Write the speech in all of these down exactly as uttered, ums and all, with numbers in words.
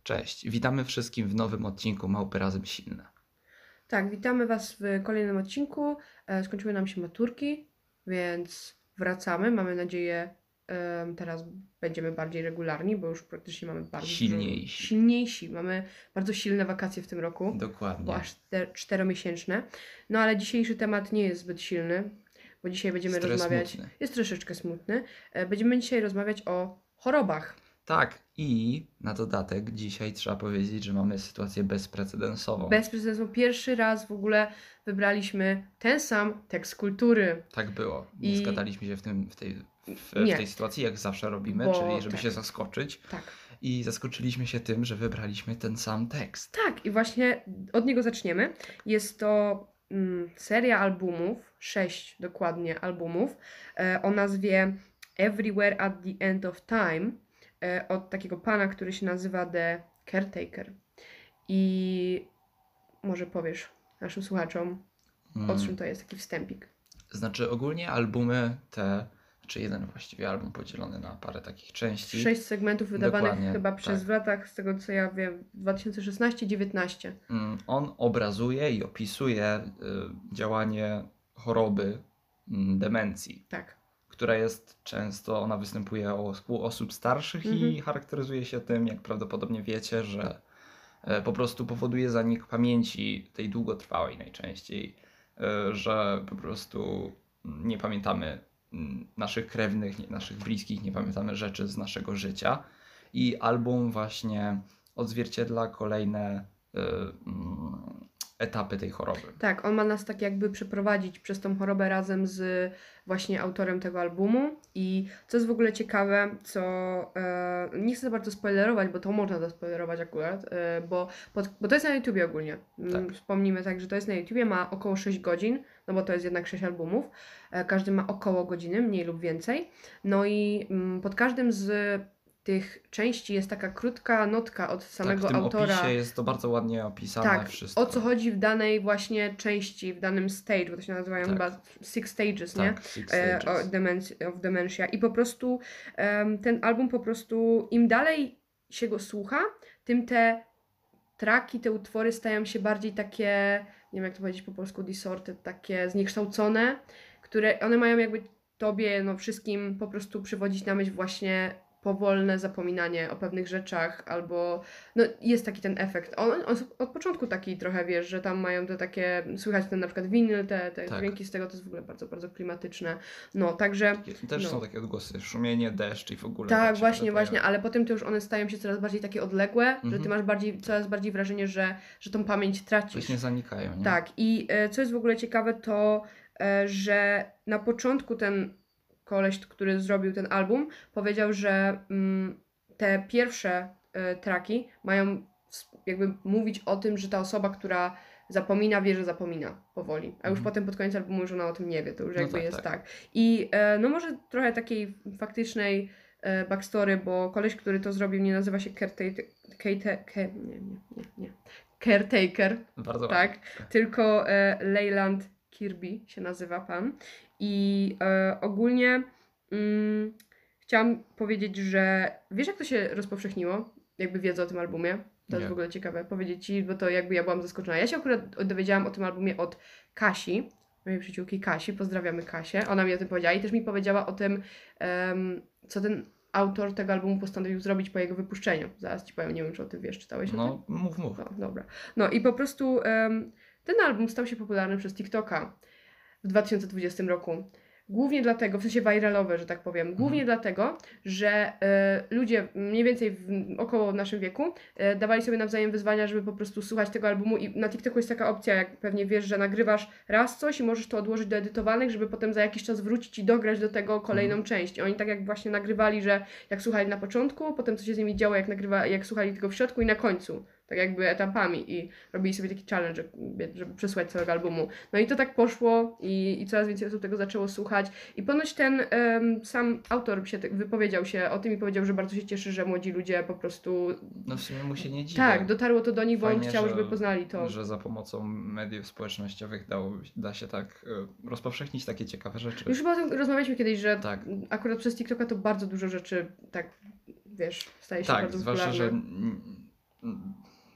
Cześć, witamy wszystkim w nowym odcinku Małpy Razem Silne. Tak, witamy Was w kolejnym odcinku. E, Skończyły nam się maturki, więc wracamy. Mamy nadzieję, em, teraz będziemy bardziej regularni, bo już praktycznie mamy bardzo dużo- Silniejsi. silniejsi. Mamy bardzo silne wakacje w tym roku, bo Dokładnie. aż te czteromiesięczne. No ale dzisiejszy temat nie jest zbyt silny, bo dzisiaj będziemy Jest trochę rozmawiać. smutny. Jest troszeczkę smutny. E, Będziemy dzisiaj rozmawiać o chorobach. Tak, i na dodatek dzisiaj trzeba powiedzieć, że mamy sytuację bezprecedensową. Bezprecedensowo pierwszy raz w ogóle wybraliśmy ten sam tekst kultury. Tak było. Nie I- zgadaliśmy się w, tym, w, tej, w, Nie. w tej sytuacji, jak zawsze robimy, Bo- czyli żeby tak. się zaskoczyć. Tak. I zaskoczyliśmy się tym, że wybraliśmy ten sam tekst. Tak, i właśnie od niego zaczniemy. Jest to mm, seria albumów, sześć dokładnie albumów, e, o nazwie Everywhere at the End of Time, e, od takiego pana, który się nazywa The Caretaker. I może powiesz naszym słuchaczom, o Mm, czym to jest, taki wstępik. Znaczy ogólnie albumy te, czy jeden właściwie album podzielony na parę takich części. Sześć segmentów wydawanych Dokładnie, chyba przez tak. w latach, z tego co ja wiem, dwa tysiące szesnaście dziewiętnaście. Mm, On obrazuje i opisuje y, działanie choroby mm, demencji, Tak. która jest często, ona występuje u u osób starszych i Mhm. charakteryzuje się tym, jak prawdopodobnie wiecie, że e, po prostu powoduje zanik pamięci, tej długotrwałej najczęściej, e, że po prostu mm, nie pamiętamy mm, naszych krewnych, nie, naszych bliskich, nie pamiętamy rzeczy z naszego życia i album właśnie odzwierciedla kolejne e, mm, etapy tej choroby. Tak, on ma nas tak jakby przeprowadzić przez tą chorobę razem z właśnie autorem tego albumu. I co jest w ogóle ciekawe, co e, nie chcę za bardzo spoilerować, bo to można zaspoilerować akurat, e, bo, pod, bo to jest na YouTubie ogólnie. Mm, Tak. Wspomnimy tak, że to jest na YouTubie, ma około sześć godzin, no bo to jest jednak sześć albumów. E, każdy ma około godziny, mniej lub więcej. No i mm, pod każdym z tych części jest taka krótka notka od samego tak, w tym autora. opisie jest to bardzo ładnie opisane Tak, wszystko. o co chodzi w danej właśnie części, w danym stage, bo to się nazywają Tak. chyba Six Stages, nie? Tak, Six E, Stages. o demenc- of Dementia. I po prostu em, ten album po prostu, im dalej się go słucha, tym te traki, te utwory stają się bardziej takie, nie wiem jak to powiedzieć po polsku, distorted, takie zniekształcone, które one mają jakby tobie, no wszystkim po prostu przywodzić na myśl właśnie powolne zapominanie o pewnych rzeczach, albo no jest taki ten efekt. On, on od początku taki trochę, wiesz, że tam mają te takie, słychać ten na przykład winyl, te, te Tak. dźwięki z tego, to jest w ogóle bardzo, bardzo klimatyczne. No, także Takie- Też no. są takie odgłosy, szumienie, deszcz i w ogóle. tak, się właśnie, pojawiają. właśnie, ale potem to już one stają się coraz bardziej takie odległe, że ty Mhm. masz bardziej, coraz bardziej wrażenie, że, że tą pamięć tracisz. Właśnie zanikają, nie? Tak, i e, co jest w ogóle ciekawe, to e, że na początku ten koleś, który zrobił ten album, powiedział, że mm, te pierwsze e, traki mają ws- jakby mówić o tym, że ta osoba, która zapomina, wie, że zapomina powoli, a już Mhm. potem pod koniec albumu już ona o tym nie wie, to już No jakby tak, jest tak. tak. I e, no może trochę takiej faktycznej e, backstory, bo koleś, który to zrobił, nie nazywa się Caretaker, Kate, Ke, nie, nie, nie, nie, Caretaker, Bardzo tak, ładnie. tylko e, Leyland Kirby się nazywa pan. I e, ogólnie mm, chciałam powiedzieć, że wiesz jak to się rozpowszechniło? Jakby wiedza o tym albumie? To jest Nie. w ogóle ciekawe powiedzieć Ci, bo to jakby ja byłam zaskoczona. Ja się akurat dowiedziałam o tym albumie od Kasi, mojej przyjaciółki Kasi, pozdrawiamy Kasię. Ona mi o tym powiedziała i też mi powiedziała o tym, em, co ten autor tego albumu postanowił zrobić po jego wypuszczeniu. Zaraz Ci powiem, nie wiem czy o tym wiesz, czytałeś o tym? No, mów, mów. No, dobra. No i po prostu em, ten album stał się popularny przez TikToka w dwa tysiące dwudziestym roku. Głównie dlatego, w sensie viralowy, że tak powiem, głównie Mhm. dlatego, że e, ludzie mniej więcej w, około naszym wieku e, dawali sobie nawzajem wyzwania, żeby po prostu słuchać tego albumu i na TikToku jest taka opcja, jak pewnie wiesz, że nagrywasz raz coś i możesz to odłożyć do edytowanych, żeby potem za jakiś czas wrócić i dograć do tego kolejną Mhm. część. I oni tak jak właśnie nagrywali, że jak słuchali na początku, potem co się z nimi działo, jak, nagrywa, jak słuchali tylko w środku i na końcu. Tak jakby etapami i robili sobie taki challenge, żeby, żeby przesłuchać całego albumu. No i to tak poszło i, i coraz więcej osób tego zaczęło słuchać. I ponoć ten em, sam autor się tak wypowiedział się o tym i powiedział, że bardzo się cieszy, że młodzi ludzie po prostu... No w sumie mu się nie dziwię. Tak, dotarło to do nich, bo on Fajnie, chciał, że- żeby poznali to. Że za pomocą mediów społecznościowych dało, da się tak y, rozpowszechnić takie ciekawe rzeczy. Już chyba o tym rozmawialiśmy kiedyś, że Tak. akurat przez TikToka to bardzo dużo rzeczy tak, wiesz, staje się Tak, bardzo zwłaszcza, że popularne. mm,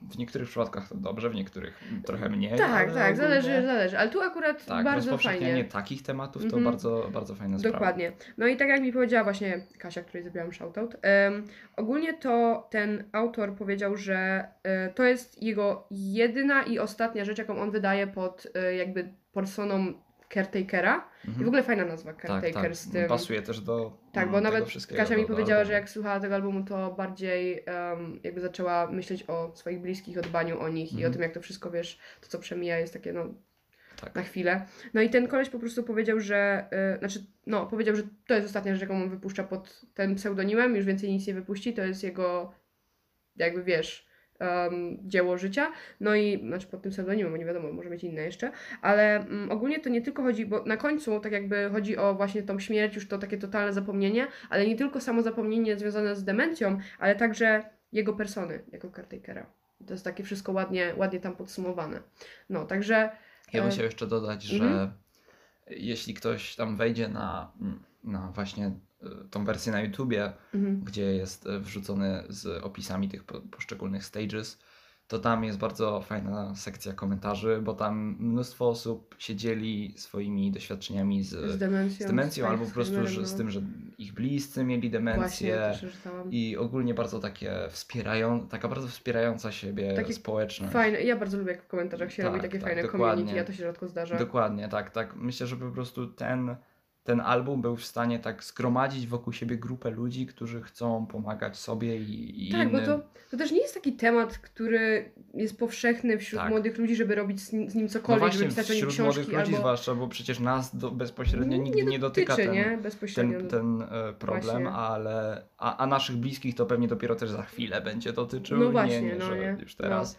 w niektórych przypadkach to dobrze, w niektórych trochę mniej. Tak, ale tak, ogólnie, zależy, zależy. Ale tu akurat tak, bardzo rozpowszechnianie fajnie. takich tematów to Mhm. bardzo, bardzo fajna sprawa. Dokładnie. No i tak jak mi powiedziała właśnie Kasia, której zrobiłam shoutout, um, ogólnie to ten autor powiedział, że e, to jest jego jedyna i ostatnia rzecz, jaką on wydaje pod e, jakby personą caretakera. Mhm. I w ogóle fajna nazwa, Tak, caretaker tak. z tym. Pasuje też do Tak, mm, bo tego nawet wszystkiego. Kasia mi do, do powiedziała, że albumu. jak słuchała tego albumu, to bardziej um, jakby zaczęła myśleć o swoich bliskich, o dbaniu o nich i Mhm. o tym, jak to wszystko, wiesz, to co przemija jest takie, no, Tak. na chwilę. No i ten koleś po prostu powiedział, że, yy, znaczy, no, powiedział, że to jest ostatnia rzecz, jaką on wypuszcza pod tym pseudonimem, już więcej nic nie wypuści, to jest jego, jakby wiesz, um, dzieło życia. No i, znaczy pod tym pseudonimem, bo nie wiadomo, może mieć inne jeszcze, ale um, ogólnie to nie tylko chodzi, bo na końcu tak jakby chodzi o właśnie tą śmierć, już to takie totalne zapomnienie, ale nie tylko samo zapomnienie związane z demencją, ale także jego persony, jako caretakera. To jest takie wszystko ładnie, ładnie tam podsumowane. No, także Ja bym e, chciał jeszcze dodać, że mhm. jeśli ktoś tam wejdzie na, na właśnie y, tą wersję na YouTubie, Mhm. gdzie jest y, wrzucony z opisami tych po, poszczególnych stages, to tam jest bardzo fajna sekcja komentarzy, bo tam mnóstwo osób się dzieli swoimi doświadczeniami z, Z demencją. z demencją, z albo po prostu Alzheimerem, że, z no. tym, że ich bliscy mieli demencję. Właśnie, też czytałam. I ogólnie bardzo takie wspierają, taka bardzo wspierająca siebie Takie społeczność. Fajne, ja bardzo lubię, jak w komentarzach się Tak, robi takie tak, fajne dokładnie. community, ja to się rzadko zdarza. Dokładnie, tak, tak. Myślę, że po prostu ten, ten album był w stanie tak zgromadzić wokół siebie grupę ludzi, którzy chcą pomagać sobie i, i Tak, innym. bo to, to też nie jest taki temat, który jest powszechny wśród Tak. młodych ludzi, żeby robić z nim, z nim No cokolwiek, właśnie, żeby pisać o nim wśród książki młodych ludzi albo... zwłaszcza, bo przecież nas do, bezpośrednio nigdy nie, dotyka dotyczy, ten, nie? Bezpośrednio. ten, ten e, problem, Właśnie. ale a, a naszych bliskich to pewnie dopiero też za chwilę będzie dotyczył, No nie, właśnie, nie, no że nie. już teraz.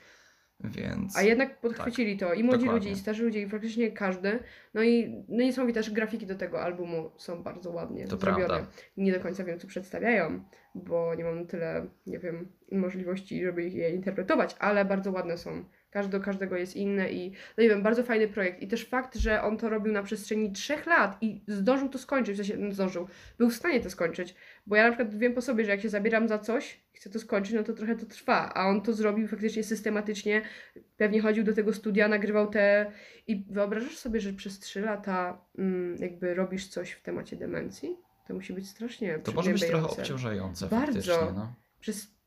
Więc A jednak podchwycili to i młodzi dokładnie. ludzie, i starzy ludzie, i praktycznie każdy. No i no niesamowite też grafiki do tego albumu są bardzo ładnie To zrobione. prawda. Nie do końca wiem, co przedstawiają, bo nie mam tyle, nie wiem, możliwości, żeby ich je interpretować, ale bardzo ładne są. Każdy do każdego jest inne i no nie wiem, bardzo fajny projekt. I też fakt, że on to robił na przestrzeni trzech lat i zdążył to skończyć, w sensie no, zdążył, był w stanie to skończyć. Bo ja na przykład wiem po sobie, że jak się zabieram za coś, chcę to skończyć, no to trochę to trwa. A on to zrobił faktycznie systematycznie. Pewnie chodził do tego studia, nagrywał te... I wyobrażasz sobie, że przez trzy lata mm, jakby robisz coś w temacie demencji? To musi być strasznie To może być trochę przygnębiające. obciążające Bardzo. faktycznie, no. Przez...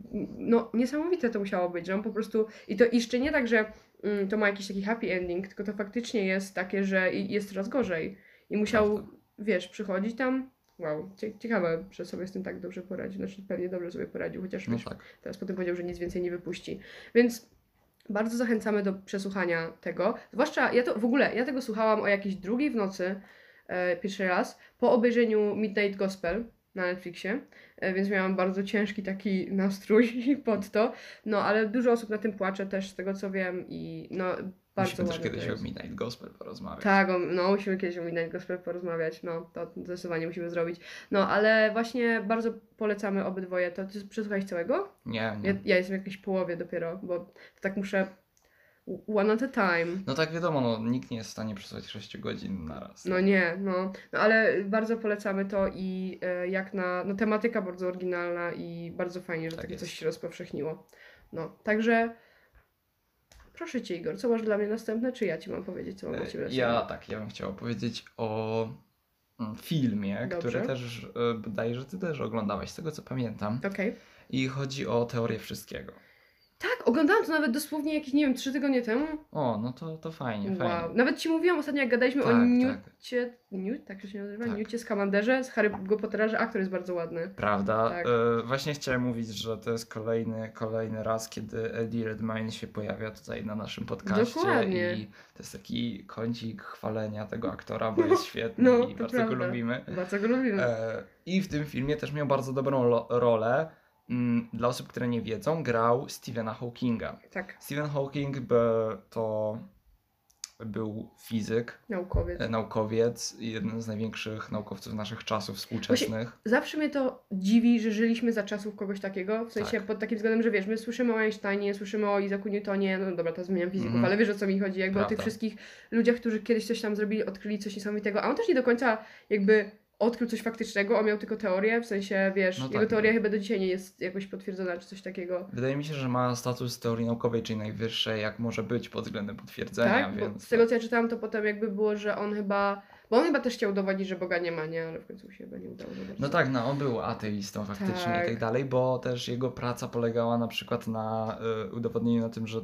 No, niesamowite to musiało być, że on po prostu... I to jeszcze nie tak, że mm, to ma jakiś taki happy ending, tylko to faktycznie jest takie, że i- jest coraz gorzej. I musiał, Prawda. wiesz, przychodzić tam... Wow, cie- ciekawe, że sobie z tym tak dobrze poradził. Znaczy pewnie dobrze sobie poradził, chociaż No wiesz, tak. teraz potem powiedział, że nic więcej nie wypuści. Więc bardzo zachęcamy do przesłuchania tego. Zwłaszcza, ja to w ogóle, ja tego słuchałam o jakiejś drugiej w nocy, e, pierwszy raz, po obejrzeniu Midnight Gospel na Netflixie, e, więc miałam bardzo ciężki taki nastrój pod to. No, ale dużo osób na tym płacze też, z tego co wiem i no, bardzo Musimy też ładne to kiedyś o jest. Midnight Gospel porozmawiać. Tak, o, no musimy kiedyś o Midnight Gospel porozmawiać, no to zdecydowanie musimy zrobić. No, ale właśnie bardzo polecamy obydwoje. To ty przesłuchałeś całego? Nie, nie. Ja, ja jestem w jakiejś połowie dopiero, bo to tak muszę one at a time. No tak wiadomo, no, nikt nie jest w stanie przesłać sześć godzin na raz. No nie, no, no ale bardzo polecamy to i e, jak na, no tematyka bardzo oryginalna i bardzo fajnie, że Tak takie jest. coś się rozpowszechniło. No, także proszę Cię Igor, co masz dla mnie następne, czy ja Ci mam powiedzieć, co mam dla Ciebie E, Ja tak, ja bym chciał opowiedzieć o mm, filmie, Dobrze. który też e, bodajże Ty też oglądałeś, z tego co pamiętam. Okej. I chodzi o teorię wszystkiego. Tak, oglądałam to nawet dosłownie jakieś, nie wiem, trzy tygodnie temu. O, no to, to fajnie, Wow. fajnie. Nawet Ci mówiłam ostatnio, jak gadaliśmy o Tak, tak. Newcie, Newt, tak się nazywa? Tak. Newcie Scamanderze z Harry'ego Pottera, że aktor jest bardzo ładny. Prawda? Tak. E, właśnie chciałem mówić, że to jest kolejny, kolejny raz, kiedy Eddie Redmayne się pojawia tutaj na naszym podcaście. Dokładnie. I to jest taki kącik chwalenia tego aktora, bo jest świetny No, i to bardzo prawda. go lubimy. Bardzo go lubimy. E, I w tym filmie też miał bardzo dobrą lo- rolę. Mm, Dla osób, które nie wiedzą, grał Stephena Hawkinga. Tak, Stephen Hawking by, to był fizyk, naukowiec. e, naukowiec, jeden z największych naukowców naszych czasów współczesnych. Zawsze mnie to dziwi, że żyliśmy za czasów kogoś takiego, w sensie Tak. pod takim względem, że wiesz, my słyszymy o Einsteinie, słyszymy o Isaacu Newtonie, no dobra, teraz zmieniam fizyków, Mhm. ale wiesz o co mi chodzi, jakby o tych Prawda. wszystkich ludziach, którzy kiedyś coś tam zrobili, odkryli coś niesamowitego, a on też nie do końca jakby odkrył coś faktycznego, on miał tylko teorię, w sensie, wiesz, No jego tak, teoria no. chyba do dzisiaj nie jest jakoś potwierdzona, czy coś takiego. Wydaje mi się, że ma status teorii naukowej, czyli najwyższej, jak może być pod względem potwierdzenia, Tak? więc... Bo z tego, co ja czytałam, to potem jakby było, że on chyba, bo on chyba też chciał udowodnić, że Boga nie ma, nie? Ale w końcu mu się chyba nie udało. za bardzo. No tak, no on był ateistą faktycznie Tak. i tak dalej, bo też jego praca polegała na przykład na y, udowodnieniu na tym, że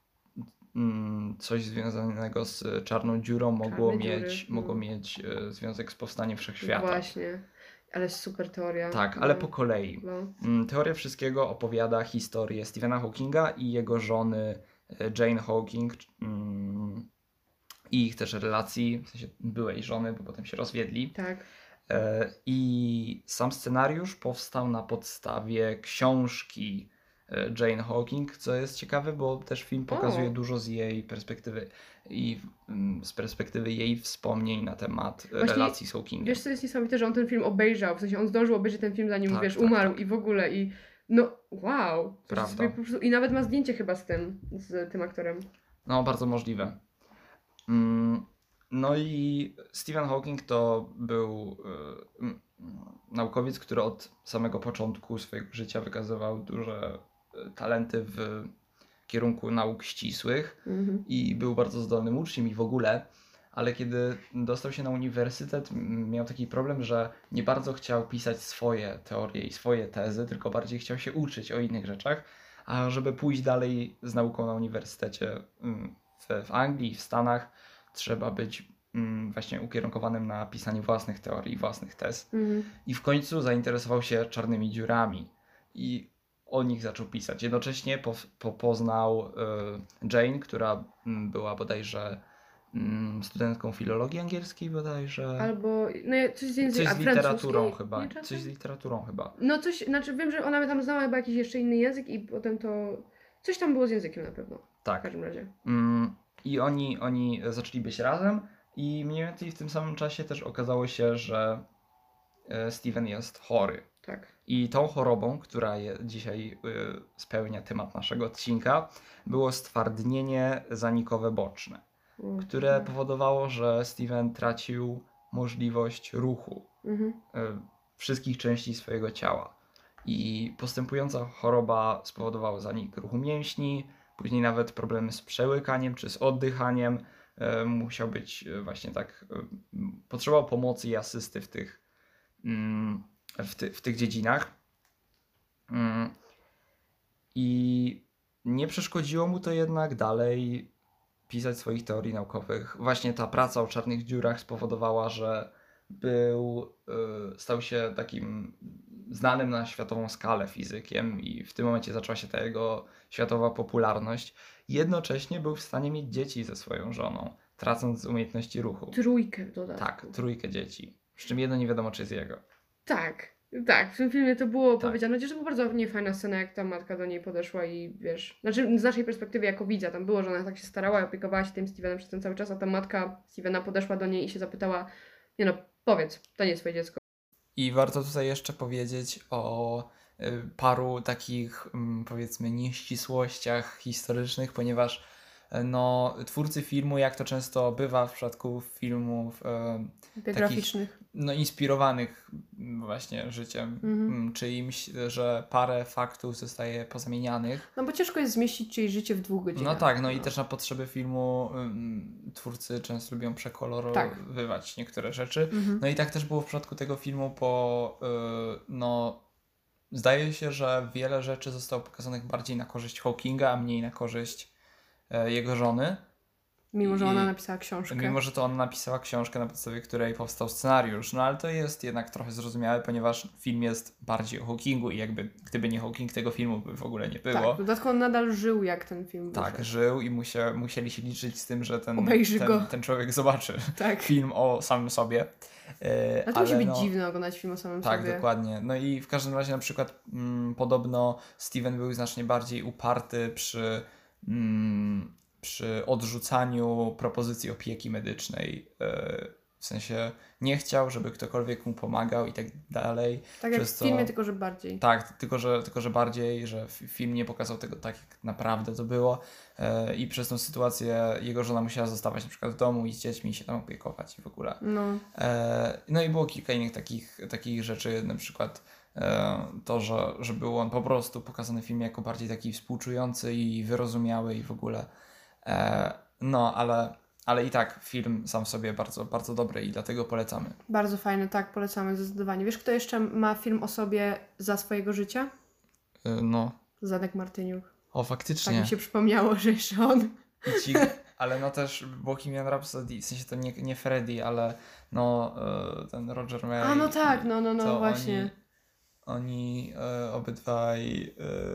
mm, coś związanego z czarną dziurą mogło Czarne dziury, mieć, no. mogło mieć y, związek z powstaniem wszechświata. Właśnie. Ale super teoria. Tak, ale no. po kolei. No. Mm, Teoria wszystkiego opowiada historię Stephena Hawkinga i jego żony y, Jane Hawking mm, i ich też relacji, w sensie byłej żony, bo potem się rozwiedli. Tak. E, I sam scenariusz powstał na podstawie książki e, Jane Hawking, co jest ciekawe, bo też film pokazuje O. dużo z jej perspektywy i mm, z perspektywy jej wspomnień na temat e, Właśnie, relacji z Hawkingiem. Wiesz, co jest niesamowite, że on ten film obejrzał, w sensie on zdążył obejrzeć ten film, zanim, Tak, wiesz, tak, umarł tak. i w ogóle i no, wow. To Prawda. sobie po prostu, I nawet ma zdjęcie chyba z tym, z tym aktorem. No, bardzo możliwe. Mm, No i Stephen Hawking to był y, mm, naukowiec, który od samego początku swojego życia wykazywał duże y, talenty w kierunku nauk ścisłych Mhm. i był bardzo zdolnym uczniem i w ogóle, ale kiedy dostał się na uniwersytet, m, miał taki problem, że nie bardzo chciał pisać swoje teorie i swoje tezy, tylko bardziej chciał się uczyć o innych rzeczach, a żeby pójść dalej z nauką na uniwersytecie mm, w, w Anglii, w Stanach, trzeba być mm, właśnie ukierunkowanym na pisanie własnych teorii, własnych tez. Mhm. I w końcu zainteresował się czarnymi dziurami i o nich zaczął pisać. Jednocześnie po, po, poznał y, Jane, która mm, była bodajże mm, studentką filologii angielskiej bodajże. Albo, no ja- coś z Coś językiem, z a literaturą francuski? chyba. Nie, czasem? Coś z literaturą chyba. No coś, znaczy wiem, że ona tam znała chyba jakiś jeszcze inny język i potem to, coś tam było z językiem na pewno, w Tak. każdym razie. Mm, I oni, oni zaczęli być razem i mniej więcej w tym samym czasie też okazało się, że e, Steven jest chory. Tak. I tą chorobą, która je, dzisiaj y, spełnia temat naszego odcinka, było stwardnienie zanikowe boczne, O, które tak. powodowało, że Steven tracił możliwość ruchu Mhm. y, wszystkich części swojego ciała. I postępująca choroba spowodowała zanik ruchu mięśni, później nawet problemy z przełykaniem czy z oddychaniem. Y, musiał być y, właśnie tak, y, potrzebował pomocy i asysty w tych mm, w, ty, w tych dziedzinach. Mm. I nie przeszkodziło mu to jednak dalej pisać swoich teorii naukowych. Właśnie ta praca o czarnych dziurach spowodowała, że był, y, stał się takim znanym na światową skalę fizykiem i w tym momencie zaczęła się ta jego światowa popularność. Jednocześnie był w stanie mieć dzieci ze swoją żoną, tracąc umiejętności ruchu. Trójkę w dodatku. Tak, trójkę dzieci. Z czym jedno nie wiadomo, czy jest jego. Tak, tak, w tym filmie to było Tak. powiedziane, chociaż to była bardzo niefajna scena, jak ta matka do niej podeszła i wiesz, znaczy z naszej perspektywy jako widza tam było, że ona tak się starała i opiekowała się tym Stevenem przez ten cały czas, a ta matka Stevena podeszła do niej i się zapytała, nie no, powiedz, to nie jest twoje dziecko. I warto tutaj jeszcze powiedzieć o y, paru takich, mm, powiedzmy, nieścisłościach historycznych, ponieważ y, no, twórcy filmu, jak to często bywa w przypadku filmów y, Biograficznych. no, inspirowanych mm, właśnie życiem Mhm. mm, czyimś, że parę faktów zostaje pozamienianych. No bo ciężko jest zmieścić czyjeś życie w dwóch godzinach. No tak, no i też na potrzeby filmu ym, twórcy często lubią przekolorowywać niektóre rzeczy. Mhm. No i tak też było w przypadku tego filmu, bo yy, no zdaje się, że wiele rzeczy zostało pokazanych bardziej na korzyść Hawkinga, a mniej na korzyść yy, jego żony. Mimo, że I- ona napisała książkę. Mimo, że to ona napisała książkę, na podstawie której powstał scenariusz. No ale to jest jednak trochę zrozumiałe, ponieważ film jest bardziej o Hawkingu i jakby gdyby nie Hawking, tego filmu by w ogóle nie było. Tak, w dodatku on nadal żył, jak ten film Tak, wyszedł. żył i musia, musieli się liczyć z tym, że ten, Obejrzy ten, go. ten człowiek zobaczy Tak. film o samym sobie. E, Ale to musi być no, dziwne oglądać film o samym Tak, sobie. dokładnie. No i w każdym razie na przykład mm, podobno Steven był znacznie bardziej uparty przy, mm, przy odrzucaniu propozycji opieki medycznej e, W sensie nie chciał, żeby ktokolwiek mu pomagał i tak dalej. Tak jak Przez w co- filmie, tylko że bardziej. Tak, tylko że, tylko że bardziej, że fi- film nie pokazał tego tak, jak naprawdę to było e, i przez tą sytuację jego żona musiała zostawać na przykład w domu i z dziećmi się tam opiekować i w ogóle. No, E, no i było kilka innych takich, takich rzeczy, na przykład e, to, że, że był on po prostu pokazany w filmie jako bardziej taki współczujący i wyrozumiały i w ogóle. E, no, ale, ale i tak film sam w sobie bardzo, bardzo dobry i dlatego polecamy. bardzo fajne, tak, polecamy zdecydowanie. Wiesz, kto jeszcze ma film o sobie za swojego życia? E, no, Zanek Martyniuk. o Tak faktycznie. mi się przypomniało, że jeszcze on. Ci, ale no też Bohemian Rhapsody, w sensie to nie, nie Freddie, ale no e, ten Roger May. A no tak, no, no, no, to właśnie. Oni, oni e, obydwaj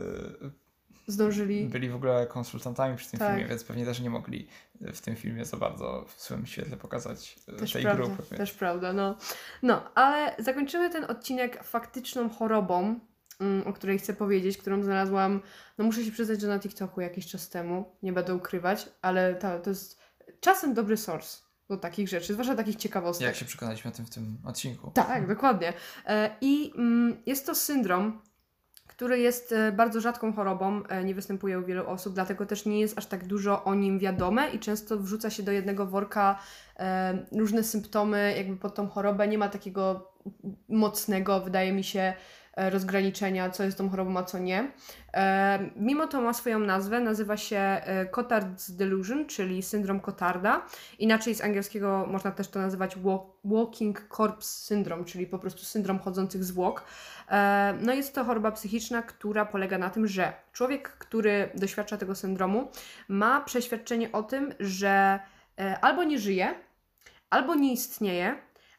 e, Zdążyli. byli w ogóle konsultantami przy tym Tak. filmie, więc pewnie też nie mogli w tym filmie za bardzo w swoim świetle pokazać e, Też tej prawda, grupy. Więc. też prawda, no. No, ale zakończymy ten odcinek faktyczną chorobą, mm, o której chcę powiedzieć, którą znalazłam, no muszę się przyznać, że na TikToku jakiś czas temu, nie będę ukrywać, ale ta, to jest czasem dobry source do takich rzeczy, zwłaszcza takich ciekawostek. Jak się przekonaliśmy o tym w tym odcinku. Tak, dokładnie. E, I mm, jest to syndrom, który jest e, bardzo rzadką chorobą, e, nie występuje u wielu osób, dlatego też nie jest aż tak dużo o nim wiadome i często wrzuca się do jednego worka e, różne symptomy jakby pod tą chorobę. Nie ma takiego mocnego, wydaje mi się, e, rozgraniczenia, co jest tą chorobą, a co nie. E, mimo to ma swoją nazwę, nazywa się e, Cotard's Delusion, czyli syndrom Cotarda. Inaczej z angielskiego można też to nazywać walk, Walking Corpse Syndrome, czyli po prostu syndrom chodzących zwłok. E, no jest to choroba psychiczna, która polega na tym, że człowiek, który doświadcza tego syndromu, ma przeświadczenie o tym, że e, albo nie żyje, albo nie istnieje,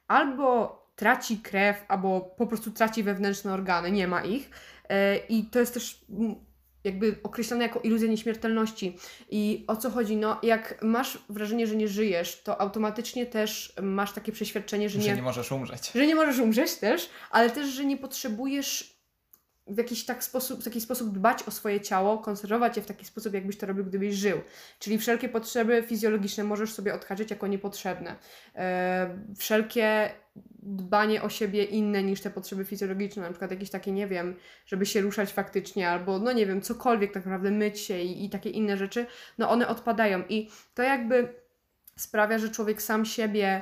albo traci krew, albo po prostu traci wewnętrzne organy, nie ma ich. E, I to jest też mm, jakby określone jako iluzja nieśmiertelności. I o co chodzi? No, jak masz wrażenie, że nie żyjesz, to automatycznie też masz takie przeświadczenie, że Że nie, nie możesz umrzeć. że nie możesz umrzeć też, ale też, że nie potrzebujesz w jakiś tak sposób, w taki sposób dbać o swoje ciało, konserwować je w taki sposób, jakbyś to robił, gdybyś żył. Czyli wszelkie potrzeby fizjologiczne możesz sobie odhaczyć jako niepotrzebne. E, wszelkie dbanie o siebie inne niż te potrzeby fizjologiczne, na przykład jakieś takie, nie wiem, żeby się ruszać faktycznie, albo no nie wiem, cokolwiek tak naprawdę, myć się i, i takie inne rzeczy, no one odpadają i to jakby sprawia, że człowiek sam siebie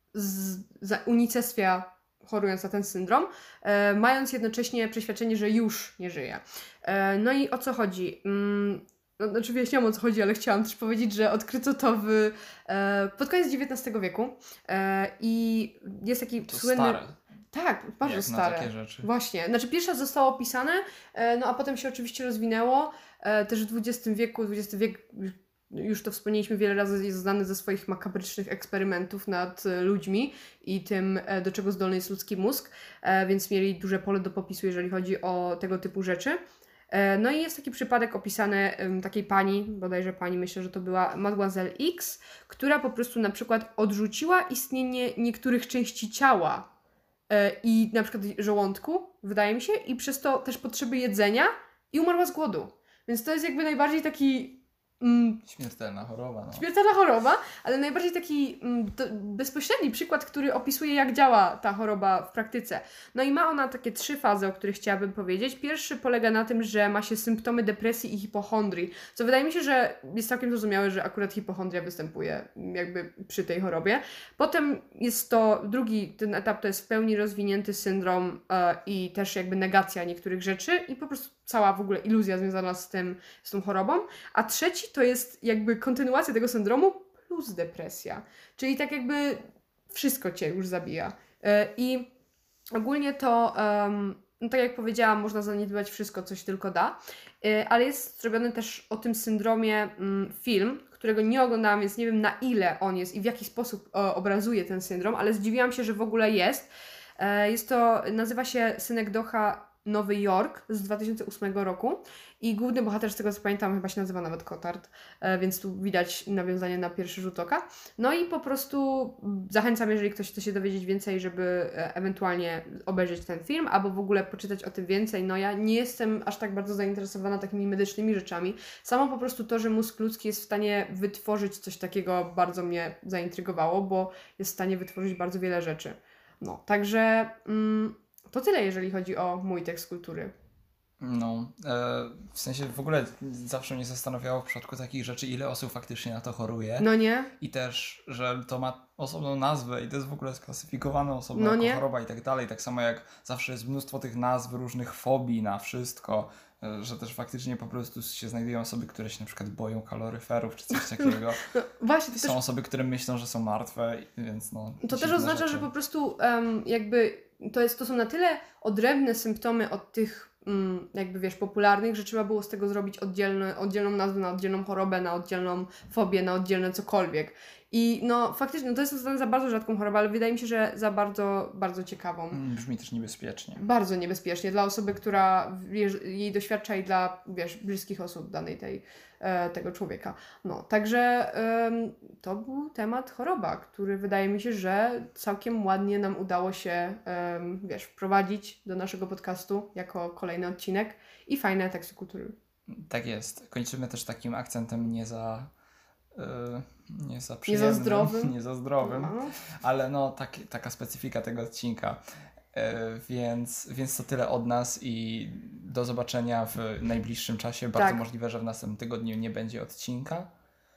z, za, unicestwia chorując na ten syndrom, e, mając jednocześnie przeświadczenie, że już nie żyje. E, no i o co chodzi? Mm, no, znaczy wyjaśniłam o co chodzi, ale chciałam też powiedzieć, że odkryto to w, e, pod koniec dziewiętnastego wieku e, i jest taki To słynny... stare. Tak, bardzo jak stare. na takie rzeczy. Właśnie. Znaczy pierwsze zostało opisane, e, no a potem się oczywiście rozwinęło. E, też w dwudziestym wieku, dwudziesty wiek, już to wspomnieliśmy wiele razy, jest znany ze swoich makabrycznych eksperymentów nad e, ludźmi i tym, e, do czego zdolny jest ludzki mózg, e, więc mieli duże pole do popisu, jeżeli chodzi o tego typu rzeczy. E, no i jest taki przypadek opisany em, takiej pani, bodajże pani, myślę, że to była Mademoiselle X, która po prostu na przykład odrzuciła istnienie niektórych części ciała e, i na przykład żołądku, wydaje mi się, i przez to też potrzeby jedzenia i umarła z głodu. Więc to jest jakby najbardziej taki mm, Śmiertelna choroba. No. śmiertelna choroba, ale najbardziej taki mm, do, bezpośredni przykład, który opisuje, jak działa ta choroba w praktyce. No i ma ona takie trzy fazy, o których chciałabym powiedzieć. Pierwszy polega na tym, że ma się symptomy depresji i hipochondrii, co wydaje mi się, że jest całkiem zrozumiałe, że akurat hipochondria występuje mm, jakby przy tej chorobie. Potem jest to, drugi ten etap to jest w pełni rozwinięty syndrom e, i też jakby negacja niektórych rzeczy i po prostu cała w ogóle iluzja związana z tym, z tą chorobą. A trzeci to jest jakby kontynuacja tego syndromu plus depresja. Czyli tak jakby wszystko Cię już zabija. Yy, I ogólnie to, um, no tak jak powiedziałam, można zaniedbywać wszystko, co się tylko da, yy, ale jest zrobiony też o tym syndromie um, film, którego nie oglądałam, więc nie wiem na ile on jest i w jaki sposób o, obrazuje ten syndrom, ale zdziwiłam się, że w ogóle jest. Yy, jest to, nazywa się synekdocha Nowy Jork z dwa tysiące ósmego roku i główny bohater, z tego co pamiętam, chyba się nazywa nawet Cotard, e, więc tu widać nawiązanie na pierwszy rzut oka. No i po prostu zachęcam, jeżeli ktoś chce się dowiedzieć więcej, żeby e, ewentualnie obejrzeć ten film, albo w ogóle poczytać o tym więcej. No ja nie jestem aż tak bardzo zainteresowana takimi medycznymi rzeczami. Samo po prostu to, że mózg ludzki jest w stanie wytworzyć coś takiego, bardzo mnie zaintrygowało, bo jest w stanie wytworzyć bardzo wiele rzeczy. No, także mm, to tyle, jeżeli chodzi o mój tekst kultury. No, e, w sensie w ogóle zawsze mnie zastanawiało w przypadku takich rzeczy, ile osób faktycznie na to choruje. No nie? I też, że to ma osobną nazwę i to jest w ogóle sklasyfikowane osobno No jako nie? choroba i tak dalej. Tak samo jak zawsze jest mnóstwo tych nazw, różnych fobii na wszystko, e, że też faktycznie po prostu się znajdują osoby, które się na przykład boją kaloryferów czy coś takiego. No właśnie, to Są też, osoby, które myślą, że są martwe, więc no... to też dziwne oznacza, rzeczy. że po prostu em, jakby to, jest, to są na tyle odrębne symptomy od tych mm, jakby wiesz, popularnych, że trzeba było z tego zrobić oddzielne, oddzielną nazwę na oddzielną chorobę, na oddzielną fobię, na oddzielne cokolwiek. I no faktycznie, no to jest uznane za bardzo rzadką chorobę, ale wydaje mi się, że za bardzo, bardzo ciekawą. Mm, Brzmi też niebezpiecznie. Bardzo niebezpiecznie dla osoby, która wiesz, jej doświadcza i dla, wiesz, bliskich osób danej tej, e, tego człowieka. No, także em, to był temat choroba, który wydaje mi się, że całkiem ładnie nam udało się, em, wiesz, wprowadzić do naszego podcastu jako kolejny odcinek i fajne teksty kultury. Tak jest. Kończymy też takim akcentem nie za... Yy, nie za Nie za przyjemnym, zdrowym. nie za zdrowym, No. ale no tak, taka specyfika tego odcinka. Yy, więc, więc to tyle od nas i do zobaczenia w najbliższym czasie. Bardzo Tak. możliwe, że w następnym tygodniu nie będzie odcinka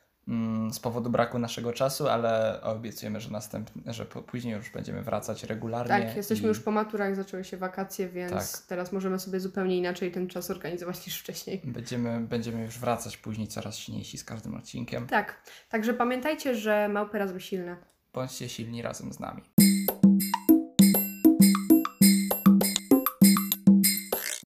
mm, z powodu braku naszego czasu, ale obiecujemy, że, następny, że po, później już będziemy wracać regularnie. Tak, jesteśmy i... już po maturach, zaczęły się wakacje, więc Tak. teraz możemy sobie zupełnie inaczej ten czas organizować niż wcześniej. Będziemy, będziemy już wracać później coraz silniejsi z każdym odcinkiem. Tak, także pamiętajcie, że małpy razem silne. Bądźcie silni razem z nami.